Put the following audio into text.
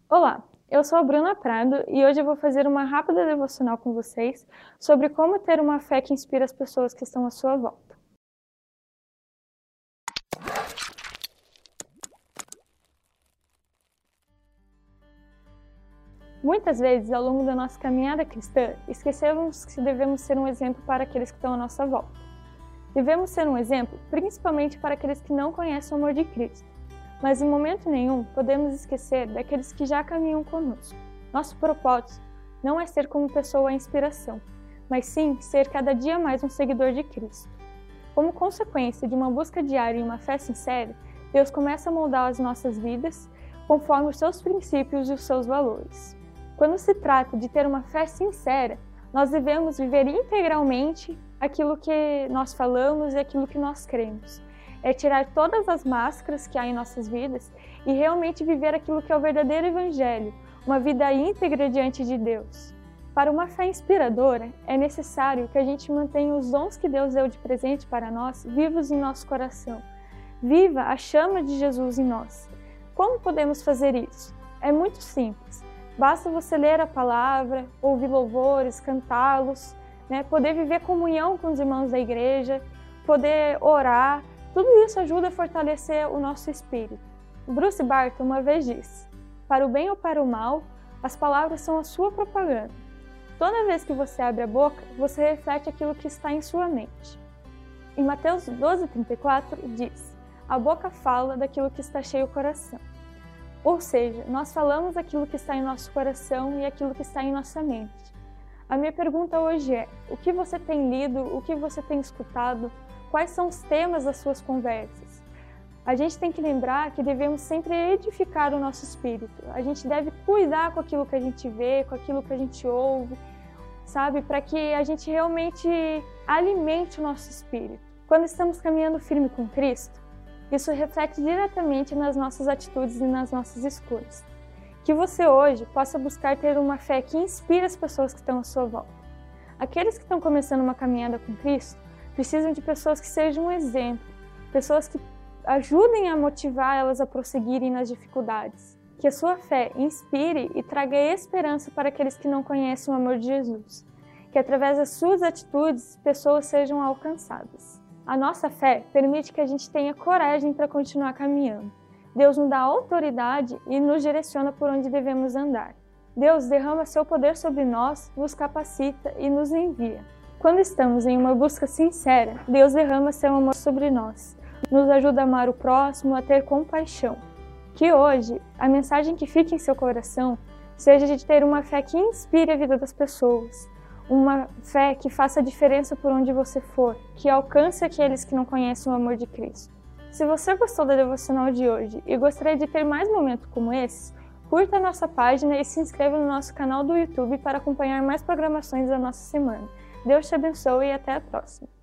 Olá, eu sou a Bruna Prado e hoje eu vou fazer uma rápida devocional com vocês sobre como ter uma fé que inspira as pessoas que estão à sua volta. Muitas vezes, ao longo da nossa caminhada cristã, esquecemos que devemos ser um exemplo para aqueles que estão à nossa volta. Devemos ser um exemplo, principalmente para aqueles que não conhecem o amor de Cristo. Mas em momento nenhum podemos esquecer daqueles que já caminham conosco. Nosso propósito não é ser como pessoa a inspiração, mas sim ser cada dia mais um seguidor de Cristo. Como consequência de uma busca diária e uma fé sincera, Deus começa a moldar as nossas vidas conforme os seus princípios e os seus valores. Quando se trata de ter uma fé sincera, nós devemos viver integralmente aquilo que nós falamos e aquilo que nós cremos. É tirar todas as máscaras que há em nossas vidas e realmente viver aquilo que é o verdadeiro evangelho, uma vida íntegra diante de Deus. Para uma fé inspiradora, é necessário que a gente mantenha os dons que Deus deu de presente para nós vivos em nosso coração. Viva a chama de Jesus em nós. Como podemos fazer isso? É muito simples. Basta você ler a palavra, ouvir louvores, cantá-los, poder viver comunhão com os irmãos da igreja, poder orar. Tudo isso ajuda a fortalecer o nosso espírito. Bruce Barton uma vez disse: para o bem ou para o mal, as palavras são a sua propaganda. Toda vez que você abre a boca, você reflete aquilo que está em sua mente. Em Mateus 12:34 diz: a boca fala daquilo que está cheio o coração. Ou seja, nós falamos aquilo que está em nosso coração e aquilo que está em nossa mente. A minha pergunta hoje é: o que você tem lido, o que você tem escutado? Quais são os temas das suas conversas? A gente tem que lembrar que devemos sempre edificar o nosso espírito. A gente deve cuidar com aquilo que a gente vê, com aquilo que a gente ouve, sabe? Para que a gente realmente alimente o nosso espírito. Quando estamos caminhando firme com Cristo, isso reflete diretamente nas nossas atitudes e nas nossas escolhas. Que você hoje possa buscar ter uma fé que inspire as pessoas que estão à sua volta. Aqueles que estão começando uma caminhada com Cristo precisam de pessoas que sejam um exemplo, pessoas que ajudem a motivar elas a prosseguirem nas dificuldades. Que a sua fé inspire e traga esperança para aqueles que não conhecem o amor de Jesus. Que através das suas atitudes, pessoas sejam alcançadas. A nossa fé permite que a gente tenha coragem para continuar caminhando. Deus nos dá autoridade e nos direciona por onde devemos andar. Deus derrama seu poder sobre nós, nos capacita e nos envia. Quando estamos em uma busca sincera, Deus derrama seu amor sobre nós, nos ajuda a amar o próximo, a ter compaixão. Que hoje, a mensagem que fique em seu coração seja de ter uma fé que inspire a vida das pessoas, uma fé que faça diferença por onde você for, que alcance aqueles que não conhecem o amor de Cristo. Se você gostou da devocional de hoje e gostaria de ter mais momentos como esses, curta a nossa página e se inscreva no nosso canal do YouTube para acompanhar mais programações da nossa semana. Deus te abençoe e até a próxima!